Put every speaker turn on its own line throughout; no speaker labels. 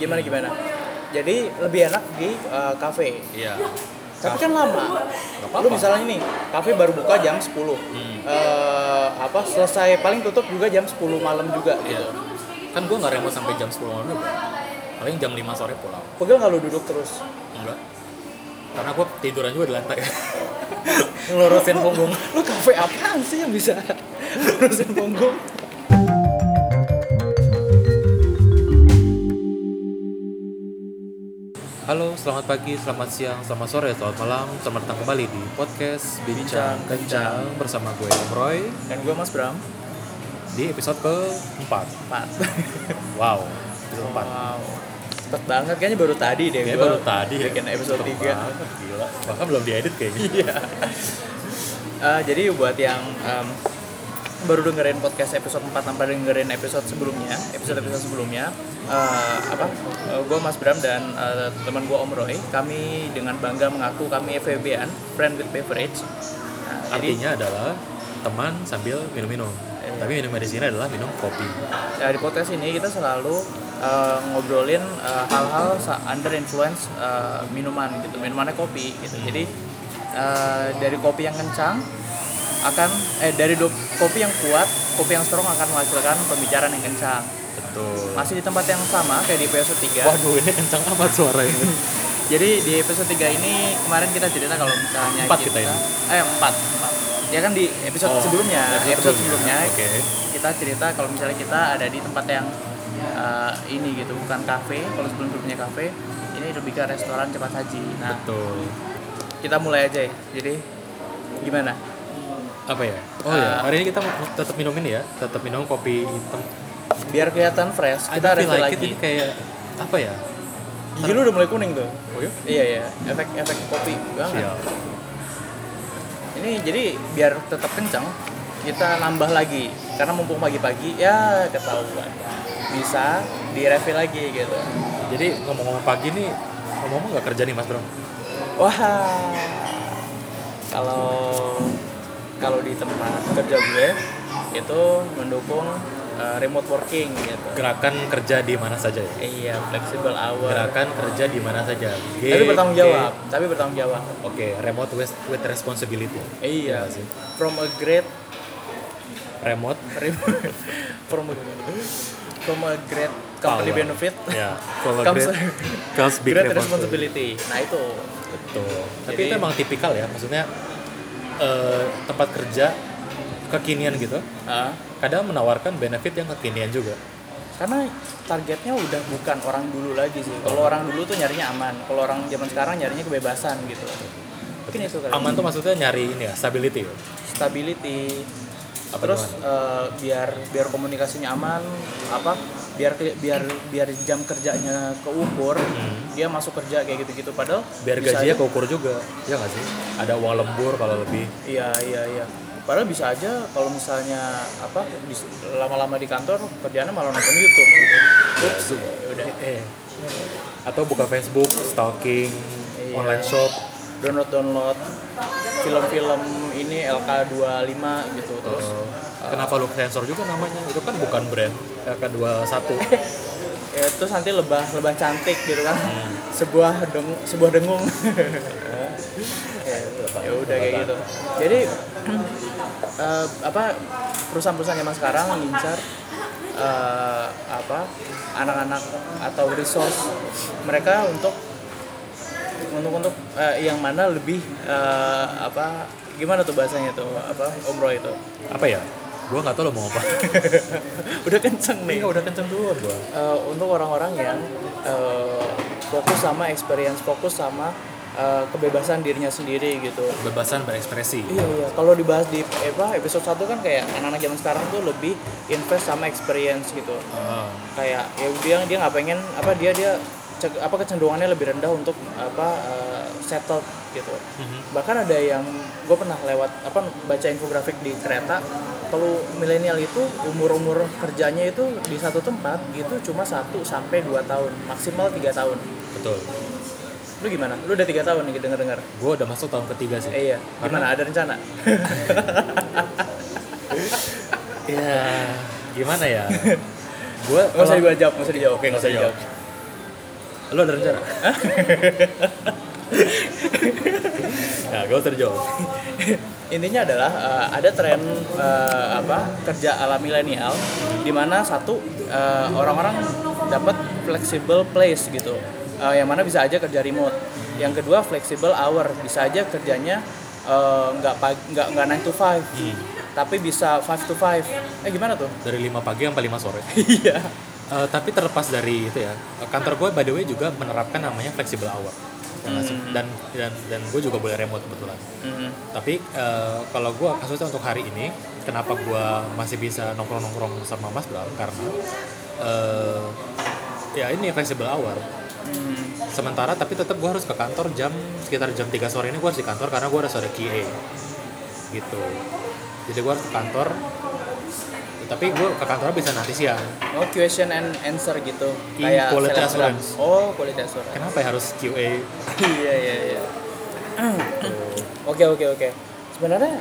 Gimana? Jadi lebih enak di kafe.
Iya.
Tapi kan lama.
apa-apa.
Lu misalnya nih, kafe baru buka jam 10. Selesai paling tutup juga jam 10 malam juga
Iya.
gitu.
Kan gue nggak remote sampai jam 10 malam juga. Paling jam 5 sore pulang.
Pegel nggak lu duduk terus?
Enggak. Karena gue tiduran juga di lantai. Ngelurusin punggung.
Lu kafe apaan sih yang bisa lurusin punggung?
Halo, selamat pagi, selamat siang, selamat sore, selamat malam. Selamat datang kembali di podcast Bincang Kencang bersama gue Roy
Dan gue Mas Bram.
di episode ke-4.
4.
Wow, episode 4.
Wow. Cepet banget, kayaknya baru tadi deh.
Kayaknya
Gua
baru tadi ya.
bikin episode 3.
Gila, bahkan belum diedit kayaknya.
Iya. Jadi buat yang baru dengerin podcast episode 4 tanpa dengerin episode sebelumnya, gue Mas Bram dan teman gue Om Roy, kami dengan bangga mengaku kami FWB-an, Friend with Beverage.
Artinya adalah teman sambil minum-minum. Tapi minum di sini adalah minum kopi.
Di podcast ini kita selalu ngobrolin hal-hal under influence minuman gitu, minumannya kopi gitu. Jadi dari kopi yang kencang kopi yang kuat, kopi yang strong akan menghasilkan pembicaraan yang kencang.
Betul.
Masih di tempat yang sama kayak di episode 3.
Waduh, ini kencang amat suara ini.
Jadi di episode 3 ini kemarin kita cerita kalau misalnya
4 kita ini.
4. Ya kan di episode sebelumnya,
Oke.
kita cerita kalau misalnya kita ada di tempat yang ini gitu, bukan kafe. Kalau sebelumnya kafe, ini lebih ke restoran cepat saji. Nah,
Betul.
kita mulai aja ya. Jadi gimana?
Apa ya? Oh ya, hari ini kita tetap minum ini ya, tetap minum kopi hitam.
Biar kelihatan fresh, kita
feel
review
like
lagi.
ini kayak apa ya?
Gigi lu udah mulai kuning tuh.
Oh ya?
Iya, efek kopi banget.
Siap.
Ini jadi biar tetap kencang, kita nambah lagi. Karena mumpung pagi-pagi, ya ketahuan. Bisa di-refill lagi gitu.
Jadi ngomong-ngomong pagi nih, ngomong nggak kerja nih Mas Bro?
Wah, kalau di tempat kerja gue itu mendukung remote working gitu.
Gerakan kerja di mana saja ya?
Iya, flexible hour.
Gerakan kerja di mana saja.
Tapi bertanggung jawab.
Oke, remote with responsibility.
Iya
Ya sih.
From a great
Remote
from a great company
Power.
benefit.
Ya, from a
comes
comes big
great responsibility. Nah itu.
Betul. Tapi
Jadi-
itu emang tipikal ya, maksudnya tempat kerja kekinian gitu. Kadang menawarkan benefit yang kekinian juga.
Karena targetnya udah bukan orang dulu lagi sih. Kalau orang dulu tuh nyarinya aman. Kalau orang zaman sekarang nyarinya kebebasan gitu. Mungkin itu kali.
Aman tuh maksudnya nyari ini ya, stability ya.
Stability.
Apa
Terus
gimana?
biar komunikasinya aman, biar jam kerjanya keukur, dia masuk kerja kayak gitu-gitu. Padahal
Biar
bisa
gajinya
aja-
keukur juga, ya nggak sih? Ada uang lembur kalau lebih.
Iya. Padahal bisa aja kalau misalnya lama-lama di kantor kerjaannya malah nonton YouTube gitu. Ups, ya udah.
Atau buka Facebook, stalking,
Iya.
online shop.
Download film-film ini LK25 gitu. Terus
Kenapa lu sensor juga namanya? Itu kan bukan brand LK21.
ya terus nanti lebah cantik gitu kan. Sebuah dengung. Ya udah kayak gitu. Jadi perusahaan-perusahaan zaman sekarang ngincar anak-anak atau resource mereka untuk yang mana lebih gimana tuh bahasanya tuh Om Roy itu
Apa ya? Gua nggak tahu lo mau apa.
udah kenceng nih.
Iya, udah kenceng duluan gua.
Untuk orang-orang yang fokus sama experience, fokus sama kebebasan dirinya sendiri gitu.
Kebebasan berekspresi.
Iya. Kalau dibahas di episode 1 kan kayak anak-anak zaman sekarang tuh lebih invest sama experience gitu. Kayak ya dia nggak pengen dia kecenderungannya lebih rendah untuk settle gitu. Bahkan ada yang gue pernah baca infografik di kereta, kalau milenial itu umur kerjanya itu di satu tempat itu cuma 1 sampai 2 tahun, maksimal 3 tahun.
Betul.
Lu gimana? Lu udah 3 tahun nih dengar.
Gua udah masuk tahun ketiga sih.
Iya. Gimana? Ada rencana?
Ya, gimana ya? Gua
Nggak usah dijawab.
Oke, nggak usah dijawab. Lo ada rencana? Nah, gak usah dijawab.
Intinya adalah ada tren kerja ala milenial di mana satu orang-orang dapat flexible place gitu, yang mana bisa aja kerja remote. Yang kedua flexible hour, bisa aja kerjanya nggak 9 to 5, tapi bisa 5 to 5. Gimana tuh?
Dari 5 pagi sampai 5 sore.
Iya.
Tapi terlepas dari itu ya, kantor gue by the way juga menerapkan namanya flexible hour. Dan gue juga boleh remote kebetulan. Tapi kalau gue kasusnya untuk hari ini, kenapa gue masih bisa nongkrong sama Mas Bram, karena ya ini flexible hour. Sementara tapi tetap gue harus ke kantor sekitar jam 3 sore ini gue harus di kantor karena gue harus ada QA gitu. Jadi gue harus ke kantor, tapi gue ke kantor bisa nanti siang.
Oh, question and answer gitu.
Kayak quality assurance.
Oh, quality assurance.
Kenapa ya harus QA?
Iya. Oke. Sebenarnya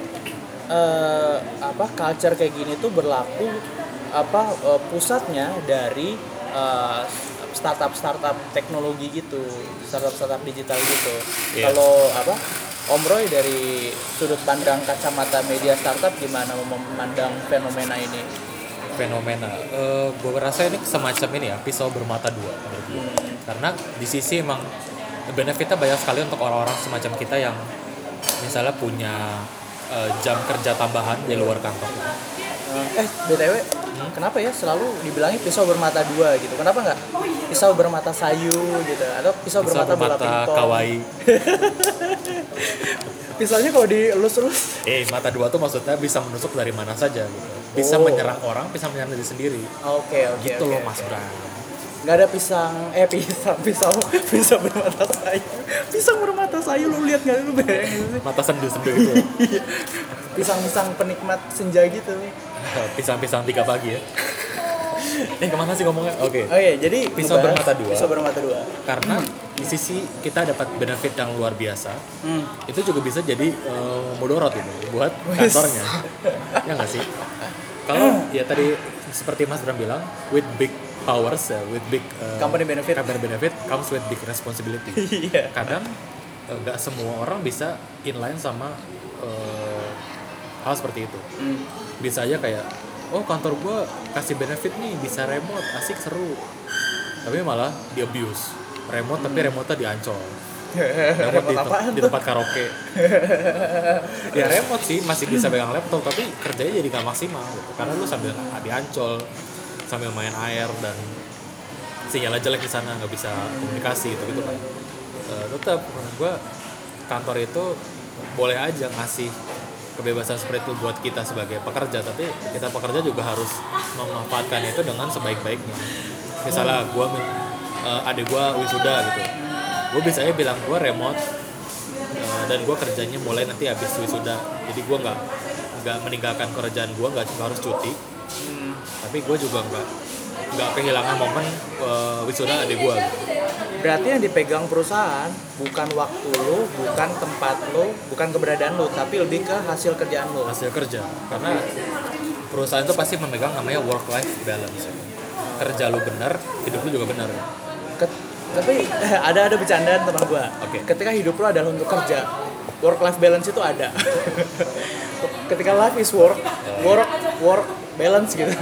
culture kayak gini tuh berlaku pusatnya dari startup teknologi gitu, startup digital gitu.
Yeah.
Kalau Om Roy dari sudut pandang kacamata media startup gimana memandang fenomena ini?
Gue rasa ini semacam ini ya, pisau bermata dua. Karena di sisi emang benefitnya banyak sekali untuk orang-orang semacam kita yang misalnya punya jam kerja tambahan di luar kantor.
BTW, kenapa ya selalu dibilangin pisau bermata dua gitu? Kenapa nggak pisau bermata sayu gitu? Atau pisau bermata bola pingpong?
Kawaii.
Pisaunya kalau dielus-elus.
Mata dua tuh maksudnya bisa menusuk dari mana saja gitu. Bisa menyerang orang, bisa menyerang diri sendiri.
Oke.
Gitu loh Mas Bram.
Nggak ada pisau bermata sayu. Pisau bermata sayu, lu lihat nggak? Lu bayangin sih.
Mata sendu-sendu itu.
Pisang-pisang penikmat senja gitu.
Pisang-pisang 3 pagi ya. Kemana sih ngomongnya? Oke.
Oh iya, jadi
pisau bermata dua.
Karena
di sisi kita dapat benefit yang luar biasa. Itu juga bisa jadi mudarat itu buat kantornya. Ya nggak sih? Kalau ya tadi seperti Mas Bram bilang, with big powers, with big
company benefit
comes with big responsibility.
Iya.
Kadang nggak semua orang bisa inline sama hal seperti itu. Bisa aja kayak, oh kantor gue kasih benefit nih, bisa remote, asik seru. Tapi malah di abuse. Remote tapi remote-nya diancol. Remote di tempat karaoke. Ya remote sih, masih bisa pegang laptop, tapi kerjanya jadi gak maksimal gitu. Karena lu sambil diancol, sambil main air, dan sinyalnya jelek di sana, nggak bisa komunikasi gitu kan. Tetap menurut gue kantor itu boleh aja ngasih kebebasan seperti itu buat kita sebagai pekerja, tapi kita pekerja juga harus memanfaatkan itu dengan sebaik-baiknya. Misalnya adik gue wisuda gitu, gue bisa aja bilang gue remote dan gue kerjanya mulai nanti habis wisuda, jadi gue nggak meninggalkan kerjaan gue, nggak harus cuti, tapi gue juga nggak kehilangan momen wisuda adik gue gitu.
Berarti yang dipegang perusahaan bukan waktu lu, bukan tempat lu, bukan keberadaan lu, tapi lebih ke hasil kerjaan lu.
Hasil kerja, karena perusahaan itu pasti memegang namanya work-life balance. Kerja lu benar, hidup lu juga benar.
Tapi ada bercandaan teman gua.
Okay.
Ketika hidup lu adalah untuk kerja, work-life balance itu ada. Ketika life is work balance gitu.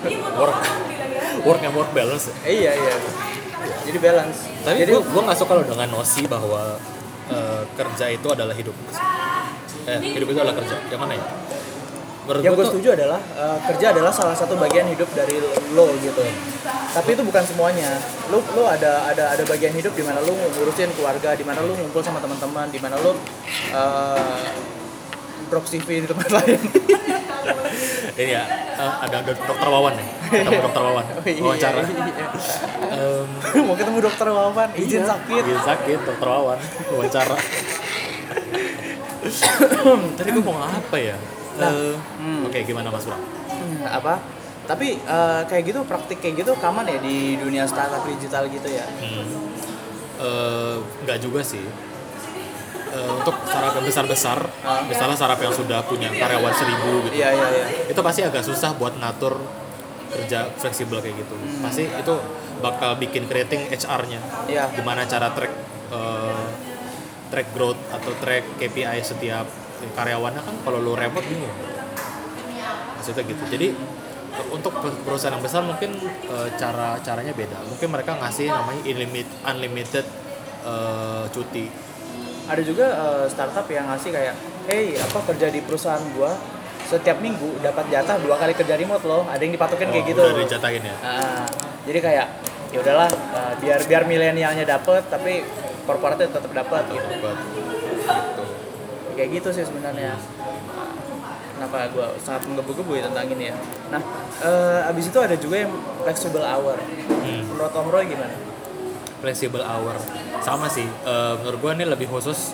Work balance.
Iya. Jadi balance.
Tapi gue nggak suka loh dengan nosi bahwa kerja itu adalah hidup. Hidup itu adalah kerja. Yang mana ya?
Yang gue setuju adalah kerja adalah salah satu bagian hidup dari lo gitu. Tapi itu bukan semuanya. Lo ada bagian hidup di mana lo ngurusin keluarga, di mana lo ngumpul sama teman-teman, di mana lo drop CV di tempat lain.
Ini ya, ada dokter Wawan nih. Ketemu dokter Wawan. Wawancara.
Mau ketemu dokter Wawan, izin
sakit, dokter Wawan. Wawancara. Tadi gue mau apa ya? Oke, gimana Mas Bram?
Tapi kayak gitu, praktik kayak gitu kapan ya di dunia startup digital gitu ya?
Nggak juga sih. Untuk startup yang besar-besar, misalnya startup yang sudah punya karyawan 1,000 gitu,
Iya.
itu pasti agak susah buat ngatur kerja fleksibel kayak gitu. Pasti itu bakal bikin creating HR-nya.
Iya.
Gimana cara track growth atau track KPI setiap karyawannya kan kalau lu remote bingung. Maksudnya gitu. Jadi untuk perusahaan yang besar mungkin caranya beda. Mungkin mereka ngasih namanya unlimited cuti.
Ada juga startup yang ngasih kayak, hey kerja di perusahaan gua setiap minggu dapat jatah 2 kali kerja remote loh. Ada yang dipatokin kayak gitu.
Udah dijatahin ya.
Jadi kayak ya udahlah, biar milenialnya dapet tapi korporatnya tetap dapat gitu. Kayak gitu sih sebenarnya. Kenapa gue sangat menggebu-gebu ya tentang ini ya. Nah, abis itu ada juga yang flexible hour. Menurut Om Roy gimana?
Flexible hour sama sih. Menurut gue ini lebih khusus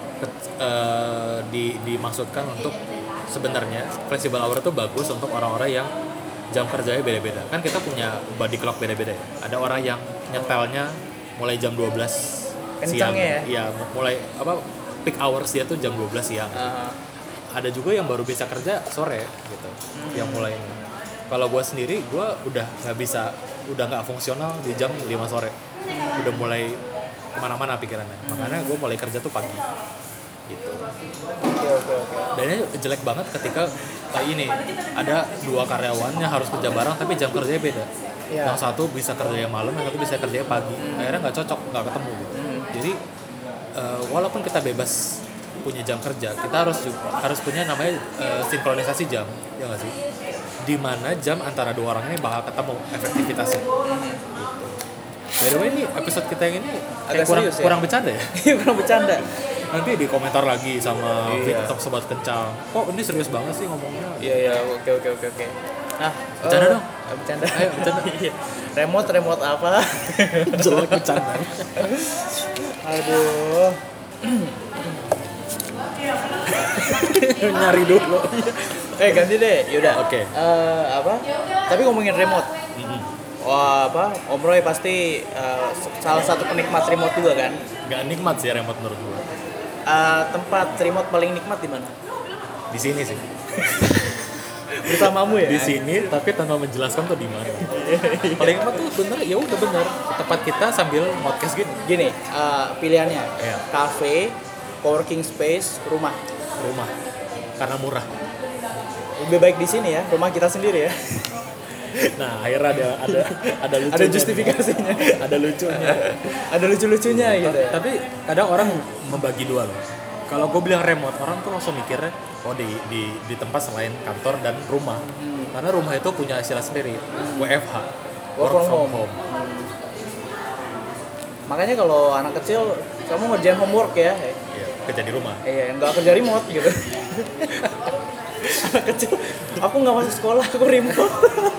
dimaksudkan untuk sebenarnya flexible hour itu bagus untuk orang-orang yang jam kerjanya beda-beda. Kan kita punya body clock beda-beda ya. Ada orang yang nyetelnya mulai jam 12 siang.
Ya?
Iya, mulai peak hours dia tuh jam 12 siang. Ada juga yang baru bisa kerja sore gitu. Yang mulai. Kalau gue sendiri, gue udah nggak fungsional di jam 5 sore. Udah mulai kemana-mana pikirannya. Makanya gue mulai kerja tuh pagi. Gitu.
Oke.
Dan ini jelek banget ketika ini ada 2 karyawan yang harus kerja bareng tapi jam kerjanya beda. Yang satu bisa kerjanya malam, yang satu bisa kerjanya pagi. Akhirnya nggak cocok, nggak ketemu gitu. Jadi walaupun kita bebas punya jam kerja, kita harus punya namanya sinkronisasi jam, ya nggak sih? Di mana jam antara 2 orang ini bakal ketemu efektivitasnya. Gitu. By the way, ini episode kita yang ini
agak
kurang bercanda ya?
Kurang bercanda.
Nanti di komentar lagi sama Sobat Kencang. Kok ini serius banget sih ngomongnya?
Iya, oke. Nah,
bercanda dong.
Bercanda.
Ayo, bercanda.
Remote apa?
Jelek bercanda.
Aduh.
Nyari dulu.
Ganti deh. Yaudah.
Oke.
Tapi ngomongin remote. Wah, Om Roy pasti salah satu penikmat remote juga kan?
Gak nikmat sih remote menurut gue.
Tempat remote paling nikmat di mana?
Di sini sih.
Bersamamu ya?
Di sini, tapi tanpa menjelaskan tuh di mana. Paling nikmat tuh bener, ya udah bener. Tempat kita sambil podcast gini.
Gini, pilihannya.
Iya.
Cafe, coworking space, rumah.
Karena murah.
Lebih baik di sini ya, rumah kita sendiri ya.
Nah, akhirnya ada lucunya.
Ada justifikasinya.
Ada lucunya.
Ada lucu-lucunya gitu ya.
Tapi kadang orang membagi dua loh. Kalau gue bilang remote, orang tuh langsung mikirnya di tempat selain kantor dan rumah. Karena rumah itu punya istilah sendiri, WFH, work from home.
Makanya kalau anak kecil, kamu ngerjain homework ya.
Iya, kerja di rumah.
Iya, nggak kerja remote gitu. Anak kecil, aku nggak masuk sekolah, aku remote.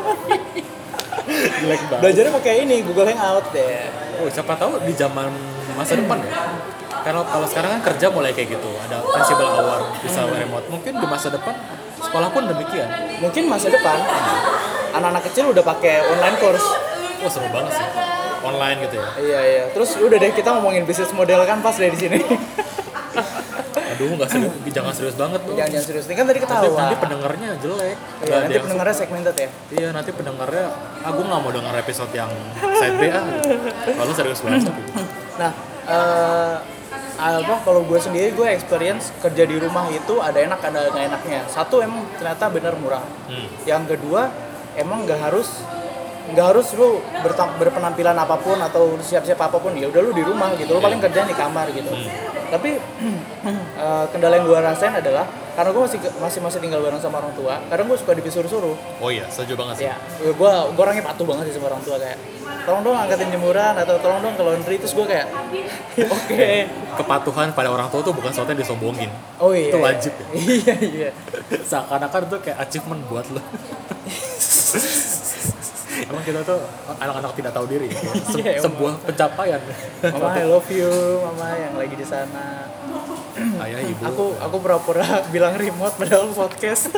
Jelek banget.
Belajarnya pakai ini, Google Hangout deh.
Siapa tahu di zaman masa depan ya. Karena kalau sekarang kan kerja mulai kayak gitu, ada flexible hour, bisa remote. Mungkin di masa depan sekolah pun demikian.
Mungkin masa depan anak-anak kecil udah pakai online course.
Wah, seru banget sih. Online gitu ya.
Iya. Terus udah deh kita ngomongin bisnis model kan pas dari sini.
Aduh, nggak serius, jangan serius banget tuh.
Jangan serius. Ini kan tadi ketawa.
Nanti pendengarnya jelek.
Iya, nanti pendengarnya segmented ya.
Iya, nanti pendengarnya, gue nggak mau denger episode yang side B gitu. Kalau serius banget.
Nah, kalau gue sendiri gue experience kerja di rumah itu ada enak ada nggak enaknya. Satu emang ternyata benar murah. Yang kedua emang nggak harus lu berpenampilan apapun atau siap-siap apapun, ya udah lu di rumah gitu, lu paling kerjaan di kamar gitu. Tapi kendala yang gue rasain adalah karena gue masih tinggal bareng sama orang tua, kadang gue suka disuruh-suruh.
Oh iya, setuju banget sih.
Ya, gue orangnya patuh banget sih sama orang tua, kayak tolong dong angkatin jemuran atau tolong dong ke laundry, terus gue kayak oke.
Kepatuhan pada orang tua tuh bukan sesuatu yang disombongin.
Oh iya.
Itu wajib ya.
Iya.
Seakan-akan itu kayak achievement buat lo. Emang kita tuh anak-anak tidak tahu diri. Sebuah pencapaian.
Mama, I love you, mama yang lagi di sana.
Ayah, ibu.
Aku pura-pura bilang remote padahal podcast.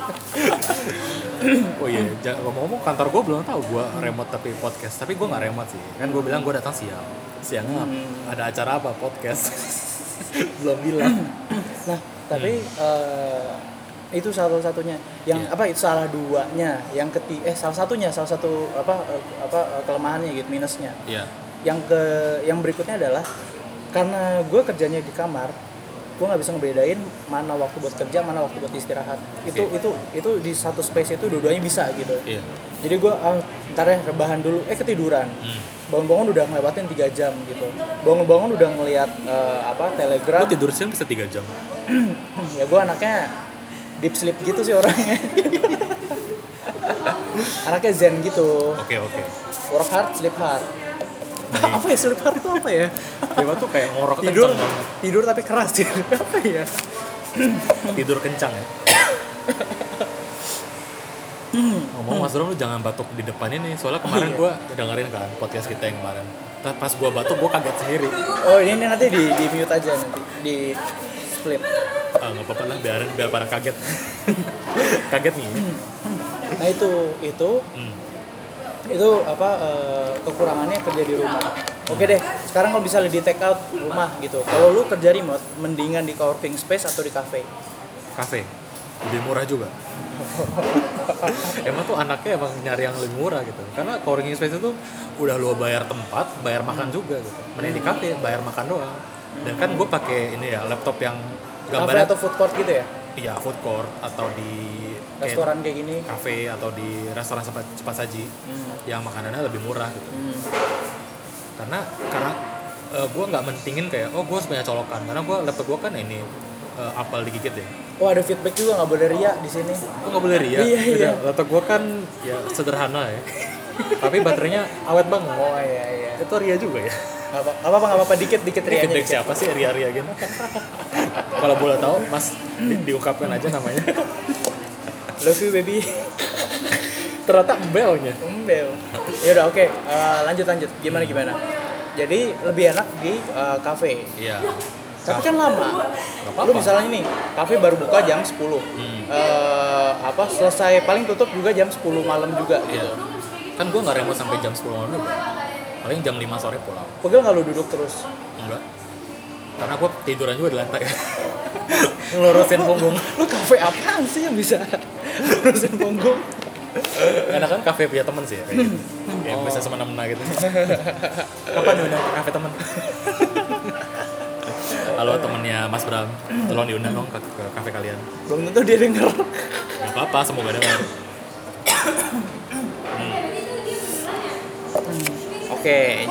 Oh iya, ngomong-ngomong kantor gue belum tahu gue remote tapi podcast. Tapi gue nggak remote sih. Kan gue bilang gue datang siang. Siangnya ada acara apa? Podcast. Belum bilang.
Nah, tapi Itu salah satunya. Yang
Iya.
apa itu salah duanya. Salah satu kelemahannya gitu, minusnya.
Iya.
Yang berikutnya adalah karena gue kerjanya di kamar, gue nggak bisa ngebedain mana waktu buat kerja, mana waktu buat istirahat. Itu di satu space itu dua-duanya bisa gitu.
Iya.
Jadi gue ntar ya rebahan dulu, ketiduran. Bangun-bangun udah ngelewatin 3 jam gitu. Bangun-bangun udah ngelihat Telegram.
Lu tidur siang bisa 3 jam.
Ya gue anaknya deep sleep gitu sih orangnya. Anaknya zen gitu.
Oke.
Work hard, sleep hard. Apa ya sleep hard itu apa ya?
Dewa tuh kayak ngorok
Tidur,
kencang banget.
tidur tapi keras ya. Apa ya?
Tidur kencang ya. Ngomong Mas Rom, lu jangan batuk di depan ini. Soalnya kemarin gua dengerin kan podcast kita yang kemarin. Pas gua batuk gua kaget sendiri.
Oh ini nanti di mute aja nanti di split.
Nggak apa-apa lah, biar pada kaget. Kaget nih.
Nah itu kekurangannya kerja di rumah. Oke deh, sekarang kalau bisa di take out rumah gitu. Kalau lu kerja remote, mendingan di coworking space atau di cafe?
Kafe lebih murah juga. Emang tuh anaknya emang nyari yang lebih murah gitu. Karena coworking space itu udah lu bayar tempat, bayar makan juga gitu. Mending di kafe bayar makan doang. Dan kan gue pakai ini ya laptop yang
Cafe
gambarnya
atau food court gitu ya?
iya food court atau di
Restoran kayak gini.
kafe atau di restoran cepat saji yang makanannya lebih murah gitu. Karena gue nggak mentingin kayak gue harus punya colokan, karena laptop gue kan ini apel digigit ya.
Oh ada feedback juga, nggak boleh ria di sini.
Nggak boleh ria.
Iya.
Laptop gue kan ya sederhana ya. Tapi baterainya awet banget.
Oh iya.
Itu ria juga ya.
Nggak apa-apa dikit
Ini
rianya.
feedback siapa sih ria-ria gitu? Kalau boleh tahu Mas diungkapkan aja namanya.
Love you baby.
Ternyata embelnya.
Ya udah oke. Lanjut. Gimana? Jadi lebih enak di cafe.
Iya.
Tapi kan lama.
apa-apa.
Lu misalnya nih, cafe baru buka jam 10. Selesai paling tutup juga jam 10 malam juga gitu.
Iya. Kan gue nggak remote sampai jam 10 malam juga. Paling jam 5 sore pulang.
Pegel nggak lu duduk terus?
Enggak. Karena gue tiduran juga di lantai. Ngelurusin punggung.
Lu cafe apaan sih yang bisa lurusin punggung?
Karena kan kafe punya temen sih ya, kayak gitu. Yang bisa semena-mena gitu. Kapan diundang ke kafe temen? Halo temennya Mas Bram, tolong diundang dong ke kafe kalian.
Belum tentu dia denger.
Gak apa-apa, semoga dengar.
Oke,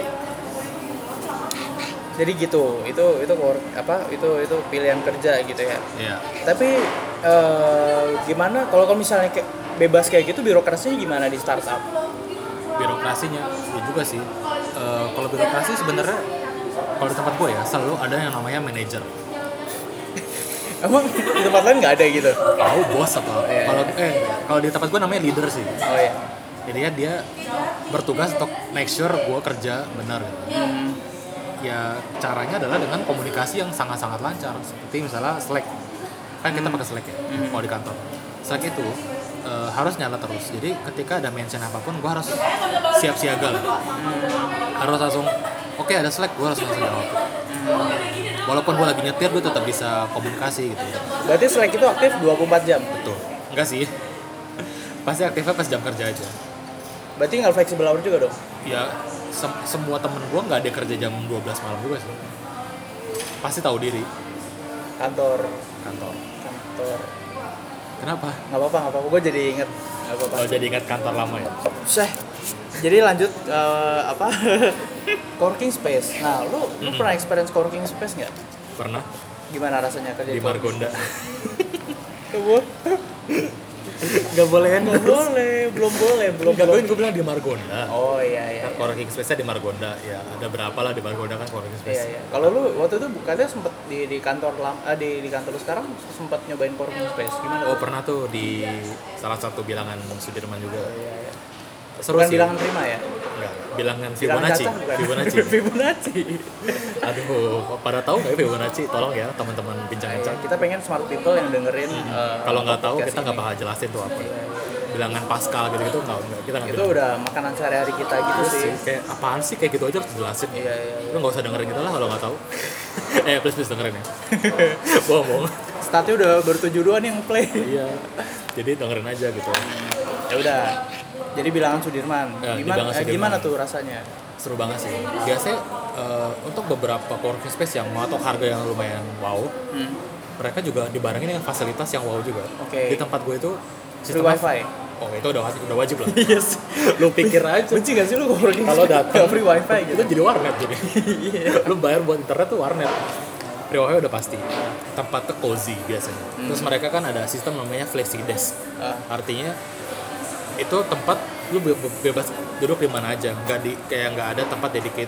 jadi gitu. Itu pilihan kerja gitu ya.
Iya.
Tapi gimana kalau misalnya kayak bebas kayak gitu, birokrasinya gimana di startup?
Birokrasinya, ya juga sih. Kalau birokrasi sebenarnya kalau di tempat gue ya selalu ada yang namanya manajer.
Emang di tempat lain nggak ada gitu?
Tahu bos apa?
Iya.
Kalau di tempat gue namanya leader sih.
Oh ya.
Jadi ya dia bertugas untuk make sure gue kerja benar gitu. Ya caranya adalah dengan komunikasi yang sangat-sangat lancar, seperti misalnya Slack. Kan kita pakai Slack ya kalau di kantor. Slack itu harus nyala terus. Jadi ketika ada mention apapun gue harus siap siaga lah. Harus langsung oke, ada Slack, gue harus langsung jawab. Walaupun gue lagi nyetir, gue tetap bisa komunikasi gitu.
Berarti Slack itu aktif 24 jam?
Betul. Enggak sih. Pasti aktifnya pas jam kerja aja.
Berarti nggak flexible hour juga dong?
Ya, semua temen gue nggak ada kerja jam 12 malam juga sih. Pasti tahu diri.
Kantor.
Kenapa?
Nggak apa-apa. Gue jadi inget. Nggak apa-apa.
Oh, jadi ingat kantor lama ya?
Jadi lanjut coworking space. Nah, lu pernah experience coworking space nggak?
Pernah.
Gimana rasanya kerja
Di
coworking
Margonda.
space?
Gak boleh
belum boleh.
Gue bilang di Margonda.
Oh iya.
Coworking space-nya di Margonda. Ya, ada berapa lah di Margonda kan coworking space.
Iya. Kalau lu waktu itu katanya sempet di kantor di kantor lu sekarang sempat nyobain coworking space. Gimana?
Oh, pernah tuh di salah satu bilangan Sudirman juga.
Iya.
Seru
Bukan
sih.
bilangan prima ya?
Enggak, bilangan
Bilangan
Fibonacci.
cacah bukan?
Fibonacci.
Fibonacci.
Aduh, pada tahu nggak ya Fibonacci? Tolong ya teman-teman bincang-bincang.
Kita pengen smart people yang dengerin.
Kalau nggak tahu
podcast
kita nggak
ini.
bakal jelasin tuh apa. Bilangan Pascal gitu-gitu nggak kita nggak
Itu
bilang.
udah makanan sehari-hari kita gitu sih.
Kayak apaan sih kayak gitu aja harus dijelasin.
Iya.
Lu nggak usah dengerin kita lah kalau nggak tahu. Please dengerin ya. Bohong.
statnya udah baru 72 nih yang play.
Iya. Jadi dengerin aja gitu.
Ya udah. Jadi bilangan Sudirman.
Ya,
Gimana
Bilangan Sudirman.
gimana tuh rasanya?
Seru banget sih. Biasanya untuk beberapa coworking space yang atau harga yang lumayan wow, mereka juga dibarengin dengan fasilitas yang wow juga.
Oke.
Di tempat gue itu
Free wifi.
Oh itu udah wajib lah.
Yes.
Lu pikir aja.
Benci gak sih lu coworking
Kalau datang
free wifi gitu?
itu jadi warnet jadi. Lu bayar buat internet tuh warnet. Free wifi udah pasti. Tempatnya cozy biasanya. Terus mereka kan ada sistem namanya flexi desk. Artinya itu tempat lu bebas duduk di mana aja, nggak ada tempat dedicated.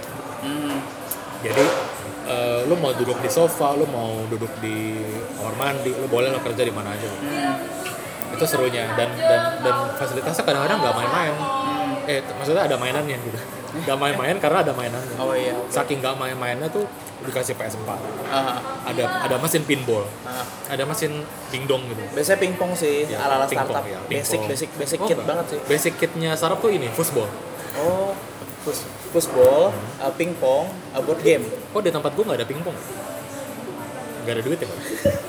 Jadi lu mau duduk di sofa, lu mau duduk di kamar mandi, lu boleh lo kerja di mana aja. Itu serunya dan fasilitasnya kadang-kadang nggak main-main. Maksudnya ada mainannya gitu. Nggak main-main karena ada mainannya.
Oh iya.
Saking nggak main-mainnya tuh dikasih PS4. Ada mesin pinball. Ada mesin dingdong gitu.
Biasanya pingpong sih,
Ya,
ala-ala
pingpong,
startup.
ya,
Basic
pingpong.
kit
Enggak.
banget sih.
Basic kitnya startup tuh ini, foosball.
Oh, foosball, pingpong, board game.
Kok di tempat gua nggak ada pingpong? Nggak ada duit ya, Pak?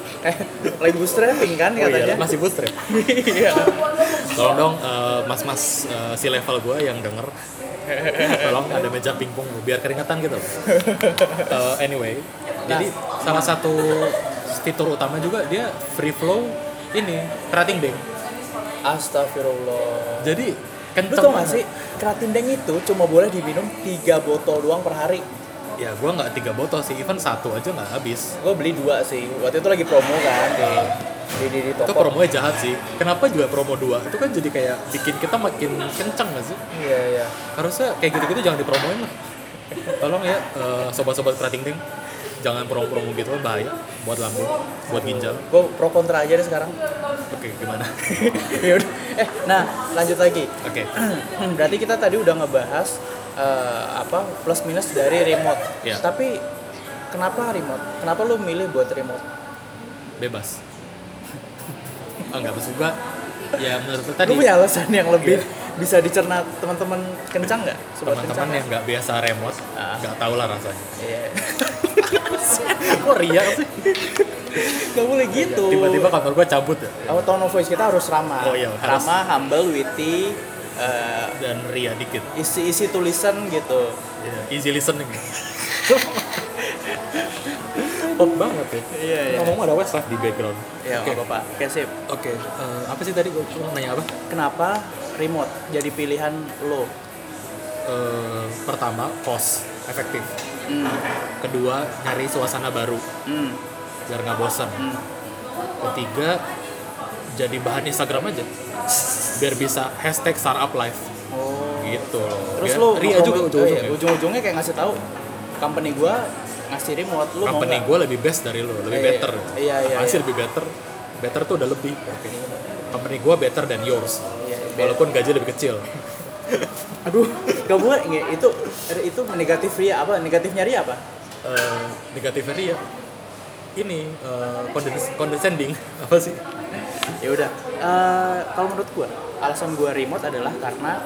Lagi bootstrapping kan
Oh iya,
katanya?
masih booster ya?
Iya.
Tolong dong mas-mas si level gua yang denger, tolong ada meja pingpong biar keringetan gitu. Anyway, jadi salah satu fitur utama juga dia free flow ini kerating deng.
Astagfirullah.
Jadi
Lu tau gak sih, keratin deng itu cuma boleh diminum 3 botol doang per hari.
Ya gua nggak 3 botol sih, even 1 aja nggak habis.
Gue beli 2 sih, waktu itu lagi promo kan di
Itu
toko.
promonya jahat sih. Kenapa juga promo 2? Itu kan jadi kayak bikin kita makin kenceng gak sih?
Iya, iya.
Harusnya kayak gitu-gitu jangan dipromoin lah. Tolong ya sobat-sobat kerating deng, jangan promo-promo gitu, bahaya buat lambung, buat ginjal.
Gue pro kontra aja deh sekarang.
Oke, gimana?
Yaudah. Nah lanjut lagi.
Oke.
Berarti kita tadi udah ngebahas plus minus dari remote.
Iya.
Tapi kenapa remote? Kenapa lu milih buat remote?
Bebas. Enggak, maksud gua ya menurut lu tadi
Lu punya alasan yang lebih bisa dicerna teman-teman kencang nggak? Sobat
teman-teman
kencang?
yang nggak biasa remote nggak tahu lah rasanya.
Iya.
Kok ria sih?
Gak boleh gitu.
Tiba-tiba kantor gua cabut ya.
Tone of voice kita harus ramah.
Oh iya, harus.
Ramah, humble, witty,
Dan ria dikit.
isi tulisan gitu.
Ya, easy listening. Pop banget ya.
Iya, iya.
Ngomong ada Westlife di background.
Ya,
Oke.
nggak apa-apa. Oke, sip.
Oke, apa sih tadi gue nanya apa?
Kenapa remote jadi pilihan lo?
Pertama, cost efektif.
Hmm.
Kedua, nyari suasana baru
Hmm.
biar nggak bosan. Ketiga, jadi bahan Instagram aja biar bisa hashtag startup life
Oh.
gitu loh.
Terus
Biar
lo
ria juga ujung-ujungnya.
ujung-ujungnya kayak ngasih tahu company gua ngasih remote, lu mau
Company
nggak?
gue lebih best dari lo, lebih
Iya,
better.
iya, iya,
Apaan sih
iya.
lebih better? Better tuh udah lebih. Oke. Company gue better than yours.
Iya,
Walaupun gaji lebih kecil.
Aduh, gak boleh nggak? Itu negatif ria apa? Negatifnya ria apa?
Negatifnya ria. Ini condescending apa sih?
Ya udah. Kalau menurut gua, alasan gua remote adalah karena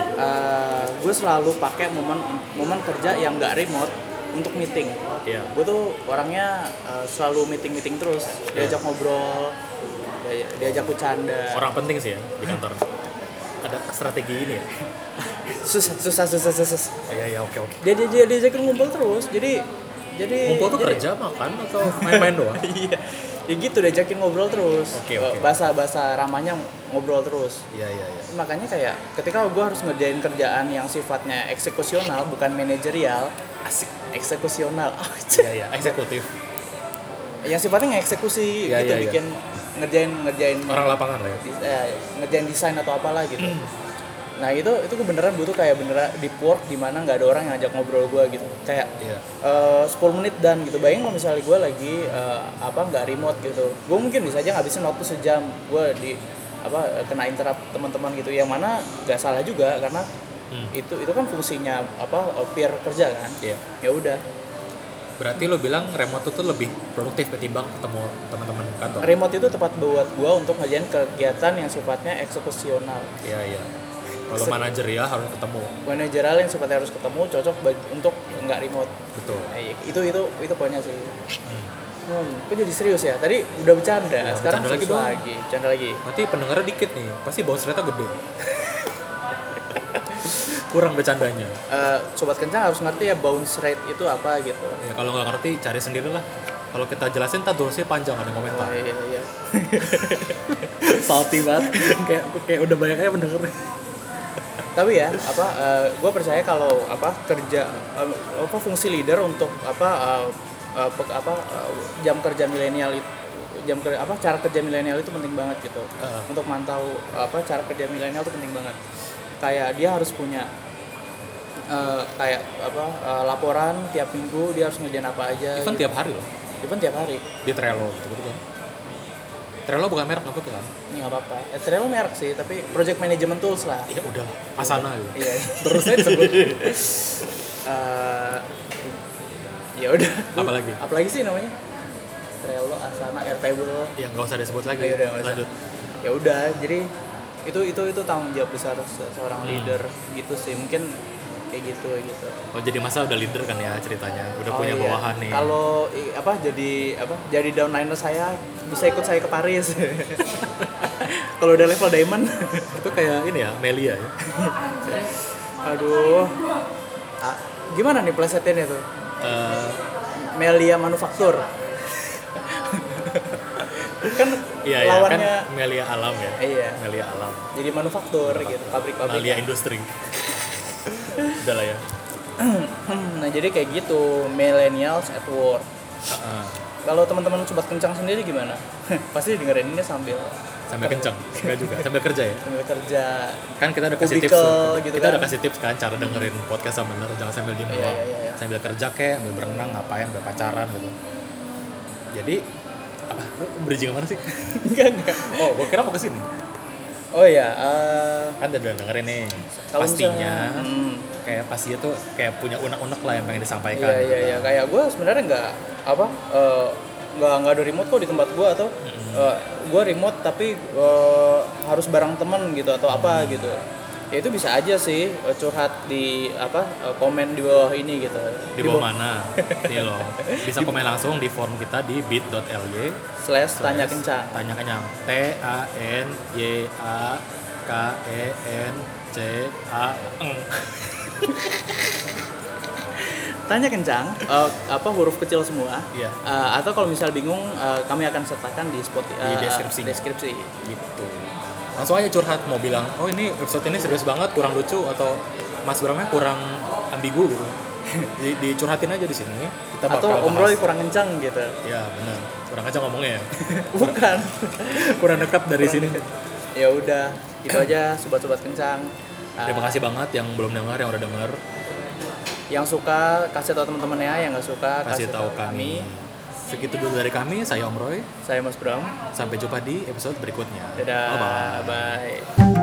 gua selalu pakai momen kerja yang nggak remote untuk meeting.
Iya.
Gue tuh orangnya selalu meeting terus, diajak ngobrol, diajak bercanda.
Orang penting sih ya di kantor. Ada strategi ini ya.
Susah.
Iya, oke.
Dia diajakin ngumpul terus. Jadi
Ngumpul tuh
jadi-
kerja, makan atau main-main doang?
Iya. Ya gitu diajakin ngobrol terus.
Oke.
Bahasa ramanya ngobrol terus.
Iya.
Makanya kayak ketika gue harus ngerjain kerjaan yang sifatnya eksekusional bukan manajerial, asik eksekusional.
Iya, eksekutif.
Yang sifatnya ngeksekusi
Iya,
gitu,
iya.
bikin ngerjain
Orang lapangan lah ya.
ngerjain desain atau apalah gitu. Nah itu gue beneran butuh kayak beneran deep work di mana nggak ada orang yang ajak ngobrol gue gitu, kayak
Iya.
10 menit dan gitu. Bayangin kalau misalnya gue lagi nggak remote gitu, gue mungkin bisa aja ngabisin waktu sejam gue kena interrupt teman-teman gitu, yang mana nggak salah juga karena itu kan fungsinya peer kerja kan.
Iya.
Ya udah,
Berarti lo bilang remote itu lebih produktif ketimbang ketemu teman-teman kantor.
remote itu tepat buat gue untuk ngerjain kegiatan yang sifatnya eksekusional.
Iya. Kalau manajer ya harus ketemu.
Manajerial yang sifatnya harus ketemu cocok untuk nggak remote.
Betul.
Nah, itu poinnya sih. Kok jadi serius ya? Tadi udah bercanda,
Ya,
sekarang
bercanda lagi
serius
dong.
lagi. Bercanda lagi.
Nanti pendengarnya dikit nih, pasti bounce rate-nya gede. Kurang bercandanya.
Sobat kencang harus ngerti ya bounce rate itu apa gitu.
Ya kalau nggak ngerti cari sendiri lah. Kalau kita jelasin ntar durasinya panjang, ada komentar.
Oh, iya.
Salty banget. kayak udah banyak aja pendengarnya.
Tapi ya gue percaya kalau kerja fungsi leader untuk jam kerja milenial itu cara kerja milenial itu penting banget gitu. Untuk mantau cara kerja milenial itu penting banget. Kayak dia harus punya laporan tiap minggu, dia harus ngerjain apa aja.
Even
gitu.
tiap hari loh.
Even tiap hari.
Di Trello gitu kan. Trello bukan merek apa tuh kan?
Nggak apa-apa. Trello merek sih, tapi project management tools lah.
Ya udah, Asana gitu.
Iya.
Terus aja disebut.
Ya udah.
Apalagi
sih namanya? Trello, Asana, Airtable.
Ya nggak usah disebut lagi.
Ya udah, nggak usah.
Lanjut.
Ya udah, jadi itu tanggung jawab besar seorang leader gitu sih. Mungkin kayak gitu.
Oh jadi masa udah leader kan ya ceritanya, udah punya
iya.
bawahan nih.
Kalau jadi downliner saya bisa ikut saya ke Paris. Kalau udah level diamond.
Itu kayak ini ya, Melia ya.
Aduh. Gimana nih plesetinnya tuh? Melia Manufaktur. Kan
Iya
lawannya
kan Melia Alam ya.
Iya.
Melia Alam.
Jadi manufaktur gitu, pabrik-pabrik.
Melia Industri. Udah lah ya.
Nah, jadi kayak gitu, millennials at work. Kalau teman-teman sobat kencang sendiri gimana? Pasti dengerin ini sambil
Kencang. Enggak juga, sambil kerja ya.
sambil kerja.
Kan kita udah kasih tips.
Kubikel gitu
Kita
kan.
udah kasih tips kan cara dengerin podcast yang bener, jangan sambil diem doang.
Iya.
Sambil kerja kayak, sambil berenang, ngapain, sambil pacaran gitu. Jadi apa? Bridging kemana sih?
Enggak.
Oh, gua kira mau ke sini.
Oh iya,
Kan udah dengerin nih.
kalau
Pastinya
misalnya,
kayak pastinya tuh kayak punya unek-unek lah yang pengen disampaikan.
Iya. Kayak gue sebenarnya nggak ada remote kok di tempat gue, atau gue remote tapi harus bareng temen gitu atau apa gitu. Ya itu bisa aja sih curhat di komen di bawah ini gitu.
Di bawah mana? Nih loh. Bisa komen langsung di form kita di bit.ly
/tanya kencang.
Tanya kenyang. TANYAKENCANG.
Tanya kencang, huruf kecil semua.
Iya.
Atau kalau misal bingung, kami akan sertakan di
Di deskripsi.
Gitu.
Langsung aja curhat, mau bilang, oh ini episode ini serius banget, kurang lucu, atau Mas Bramnya kurang ambigu gitu. Dicurhatin aja di sini. Kita
Atau
bakal
Om Roy
bahas.
kurang kencang gitu.
Ya benar, kurang aja ngomongnya ya.
Bukan.
Kurang dekat dari sini.
Ya udah, itu aja sobat-sobat kencang.
Terima kasih banget yang belum dengar, yang udah dengar.
Yang suka kasih tahu teman-temannya, yang nggak suka
Kasih tahu kami. Segitu dulu dari kami, saya Om Roy.
Saya Mas Bram.
Sampai jumpa di episode berikutnya.
Dadah.
Bye-bye.
Bye.